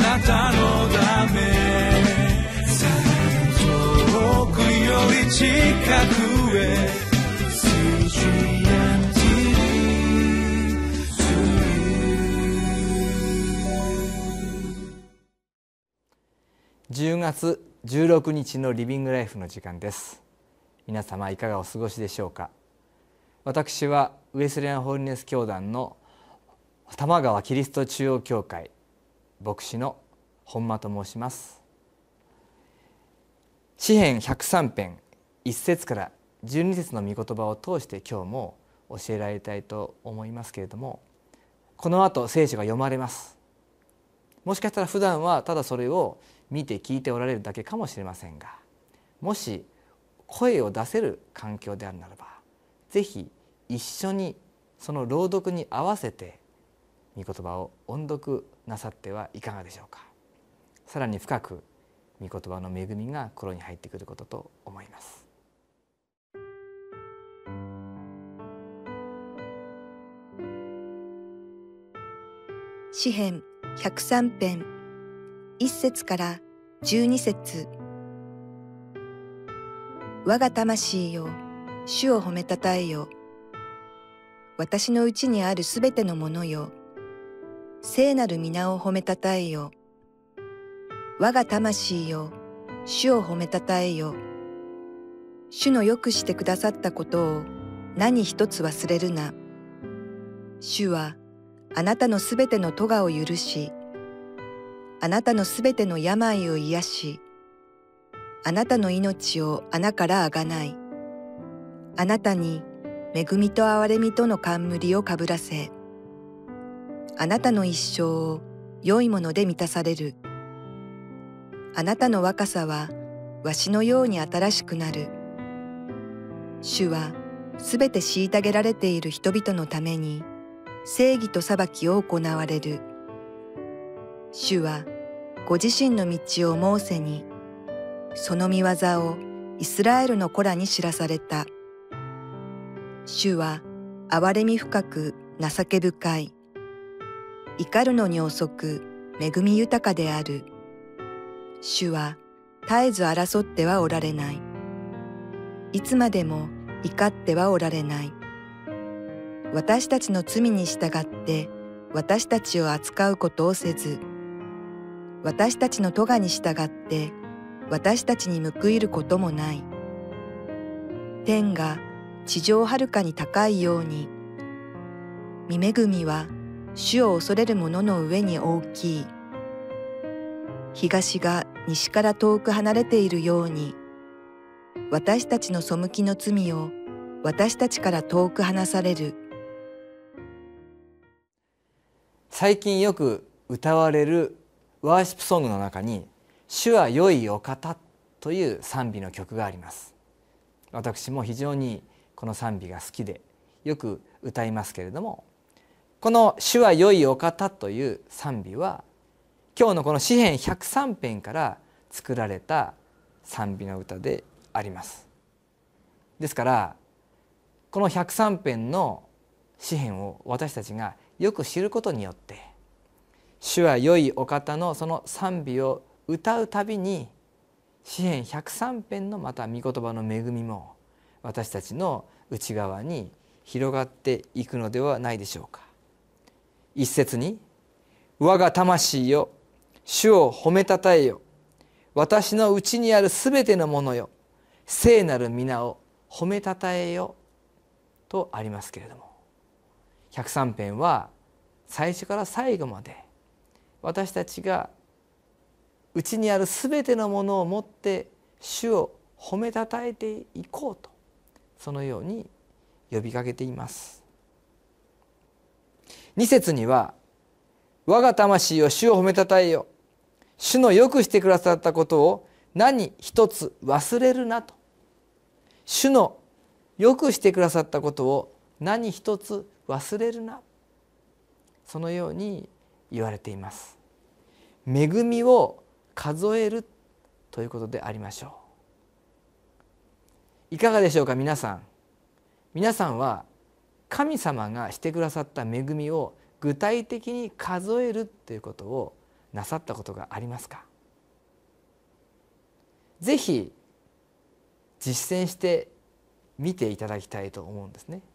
なたのため遠くより近くへ 10月16日のリビングライフの時間です。皆様いかがお過ごしでしょうか。私はウェスレアンホーリネス教団の多摩川キリスト中央教会牧師の本間と申します。詩編103編1節から12節の御言葉を通して今日も教えられたいと思いますけれども、この後聖書が読まれます。もしかしたら普段はただそれを見て聞いておられるだけかもしれませんが、もし声を出せる環境であるならば、ぜひ一緒にその朗読に合わせて御言葉を音読なさってはいかがでしょうか。さらに深く御言葉の恵みが心に入ってくることと思います。 詩編103編1節から12節。我が魂よ、主を褒めたたえよ。私のうちにあるすべてのものよ、聖なる皆を褒めたたえよ。我が魂よ、主を褒めたたえよ。主のよくしてくださったことを何一つ忘れるな。主はあなたのすべての咎を許し、あなたのすべての病を癒し、あなたの命を穴からあがない。あなたに恵みと憐れみとの冠をかぶらせ、あなたの一生を良いもので満たされる。あなたの若さはわしのように新しくなる。主はすべて虐げられている人々のために正義と裁きを行われる。主はご自身の道をモーセに、その御業をイスラエルの子らに知らされた。主は憐れみ深く情け深い。怒るのに遅く恵み豊かである。主は絶えず争ってはおられない。いつまでも怒ってはおられない。私たちの罪に従って私たちを扱うことをせず、私たちの咎に従って私たちに報いることもない。天が地上はるかに高いように、御恵みは主を恐れる者の上に大きい。東が西から遠く離れているように、私たちの背きの罪を私たちから遠く離される。 最近よく歌われるワーシップソングの中に「主は良いお方」という賛美の曲があります。私も非常にこの賛美が好きでよく歌いますけれども、この「主は良いお方」という賛美は今日のこの詩編103編から作られた賛美の歌であります。ですからこの103編の詩編を私たちがよく知ることによって、主は良いお方のその賛美を歌うたびに詩編103編のまた御言葉の恵みも私たちの内側に広がっていくのではないでしょうか。一節に「我が魂よ、主を褒めたたえよ。私のうちにあるすべてのものよ、聖なる皆を褒めたたえよ」とありますけれども、103編は最初から最後まで私たちがうちにあるすべてのものをもって主を褒めたたえていこうと、そのように呼びかけています。2節には「我が魂を主を褒めたたえよ。主のよくしてくださったことを何一つ忘れるな」と、主のよくしてくださったことを何一つ忘れるな、そのように言われています。恵みを数えるということでありましょう。いかがでしょうか。皆さんは神様がしてくださった恵みを具体的に数えるということをなさったことがありますか？ぜひ実践してみていただきたいと思うんですね。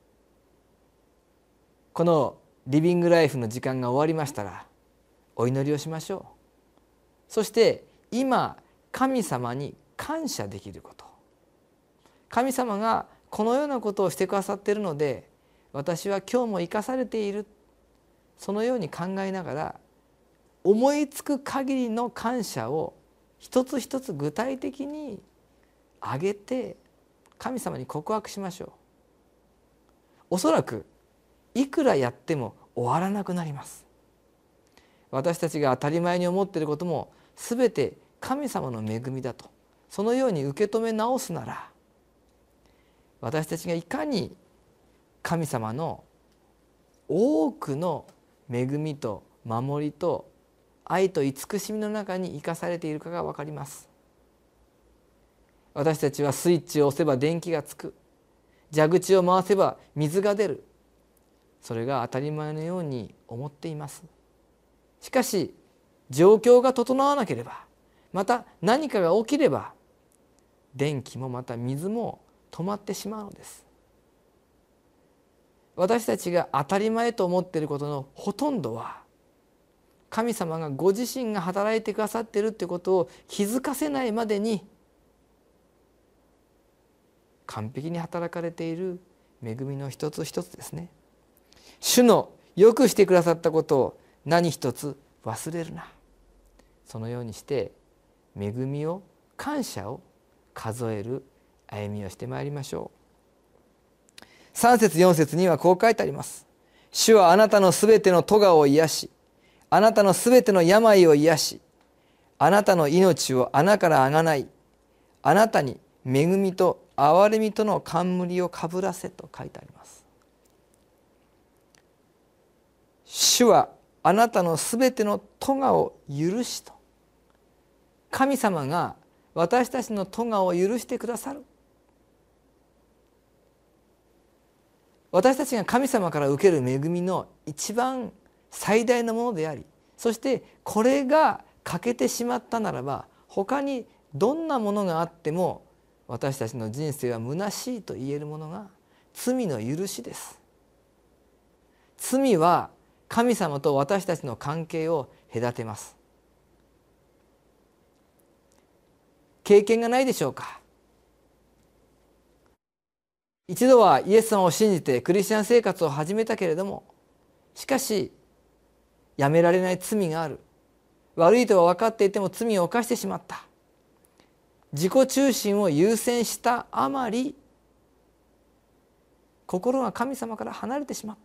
このリビングライフの時間が終わりましたらお祈りをしましょう。そして今神様に感謝できること、神様がこのようなことをしてくださっているので私は今日も生かされている、そのように考えながら思いつく限りの感謝を一つ一つ具体的に挙げて神様に告白しましょう。おそらくいくらやっても終わらなくなります。私たちが当たり前に思っていることもすべて神様の恵みだと、そのように受け止め直すなら、私たちがいかに神様の多くの恵みと守りと愛と慈しみの中に生かされているかが分かります。私たちはスイッチを押せば電気がつく、蛇口を回せば水が出る、それが当たり前のように思っています。しかし状況が整わなければ、また何かが起きれば電気もまた水も止まってしまうのです。私たちが当たり前と思っていることのほとんどは神様がご自身が働いてくださっているということを気づかせないまでに完璧に働かれている恵みの一つ一つですね。主のよくしてくださったことを何一つ忘れるな。そのようにして恵みを、感謝を数える歩みをしてまいりましょう。3節4節にはこう書いてあります。主はあなたのすべての咎を癒し、あなたのすべての病を癒し、あなたの命を穴からあがない、あなたに恵みと憐れみとの冠をかぶらせと書いてあります。主はあなたのすべての咎を許しと、神様が私たちの咎を許してくださる。私たちが神様から受ける恵みの一番最大のものであり、そしてこれが欠けてしまったならば他にどんなものがあっても私たちの人生は虚しいと言えるものが罪の許しです。罪は神様と私たちの関係を隔てます。経験がないでしょうか。一度はイエス様を信じてクリスチャン生活を始めたけれども、しかしやめられない罪がある、悪いとは分かっていても罪を犯してしまった、自己中心を優先したあまり心が神様から離れてしまった。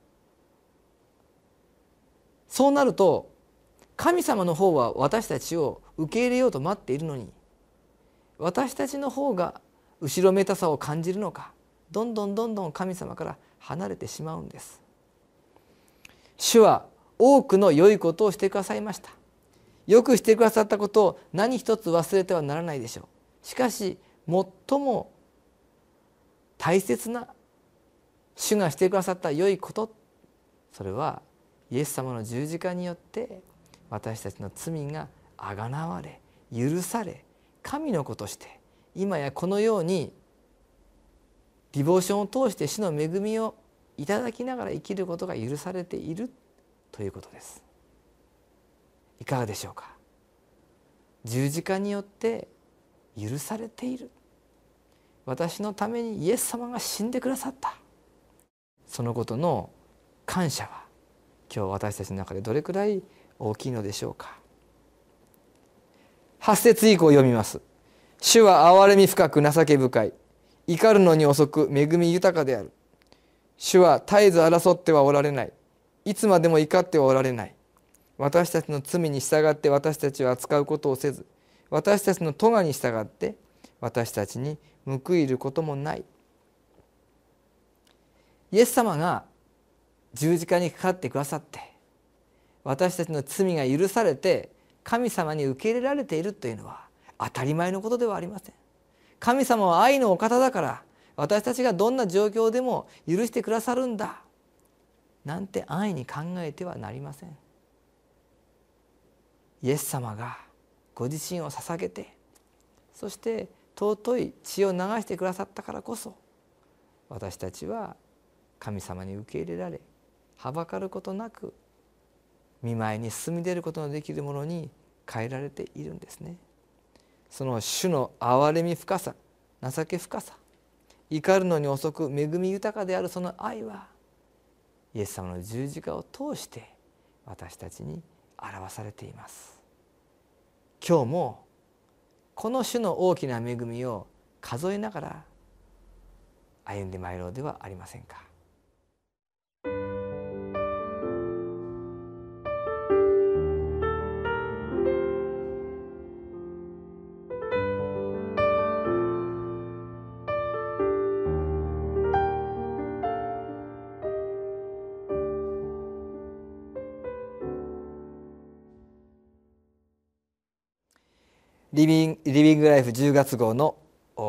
そうなると神様の方は私たちを受け入れようと待っているのに、私たちの方が後ろめたさを感じるのか、どんどん神様から離れてしまうんです。主は多くの良いことをしてくださいました。よくしてくださったことを何一つ忘れてはならないでしょう。しかし最も大切な主がしてくださった良いこと、それはイエス様の十字架によって私たちの罪があがなわれ許され、神の子として今やこのようにディボーションを通して主の恵みをいただきながら生きることが許されているということです。いかがでしょうか。十字架によって許されている、私のためにイエス様が死んでくださった、そのことの感謝は今日私たちの中でどれくらい大きいのでしょうか。8節以降読みます。主は憐れみ深く情け深い、怒るのに遅く恵み豊かである。主は絶えず争ってはおられない、いつまでも怒ってはおられない。私たちの罪に従って私たちを扱うことをせず、私たちの咎に従って私たちに報いることもない。イエス様が十字架にかかってくださって、私たちの罪が許されて神様に受け入れられているというのは当たり前のことではありません。神様は愛のお方だから私たちがどんな状況でも許してくださるんだなんて安易に考えてはなりません。 イエス様がご自身を捧げて、そして尊い血を流してくださったからこそ、私たちは神様に受け入れられ、はばかることなく御前に進み出ることのできるものに変えられているんですね。その主の憐れみ深さ、情け深さ、怒るのに遅く恵み豊かであるその愛は、イエス様の十字架を通して私たちに表されています。今日もこの主の大きな恵みを数えながら歩んでまいろうではありませんか。リビングライフ10月号の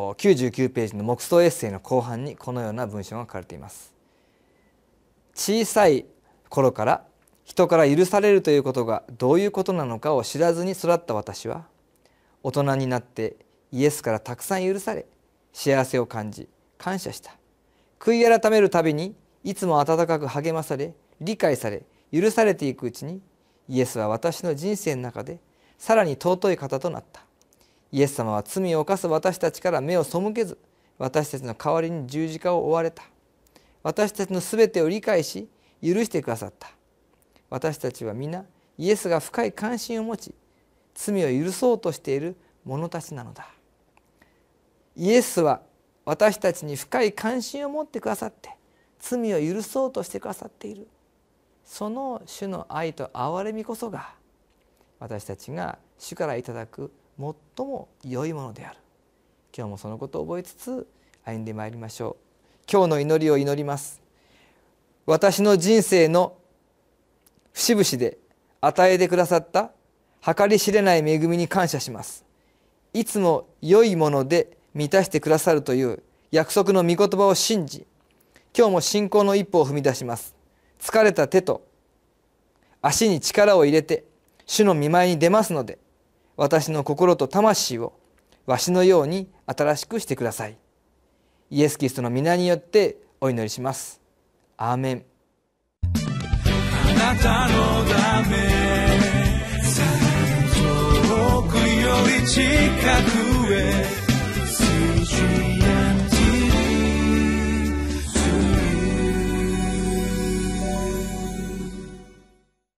99ページの黙想エッセイの後半にこのような文章が書かれています。小さい頃から人から許されるということがどういうことなのかを知らずに育った私は、大人になってイエスからたくさん許され、幸せを感じ感謝した。悔い改めるたびにいつも温かく励まされ、理解され、許されていくうちに、イエスは私の人生の中でさらに尊い方となった。イエス様は罪を犯す私たちから目を背けず、私たちの代わりに十字架を追われた。私たちのすべてを理解し許してくださった。私たちは皆イエスが深い関心を持ち、罪を許そうとしている者たちなのだ。イエスは私たちに深い関心を持ってくださって、罪を許そうとしてくださっている。その主の愛と憐れみこそが、私たちが主からいただく最も良いものである。今日もそのことを覚えつつ歩んでまいりましょう。今日の祈りを祈ります。私の人生の節々で与えてくださった計り知れない恵みに感謝します。いつも良いもので満たしてくださるという約束の御言葉を信じ、今日も信仰の一歩を踏み出します。疲れた手と足に力を入れて主の御前に出ますので、私の心と魂をわしのように新しくしてください。イエス・キリストの皆によってお祈りします。アーメン。 あなたのため遠くより近くへ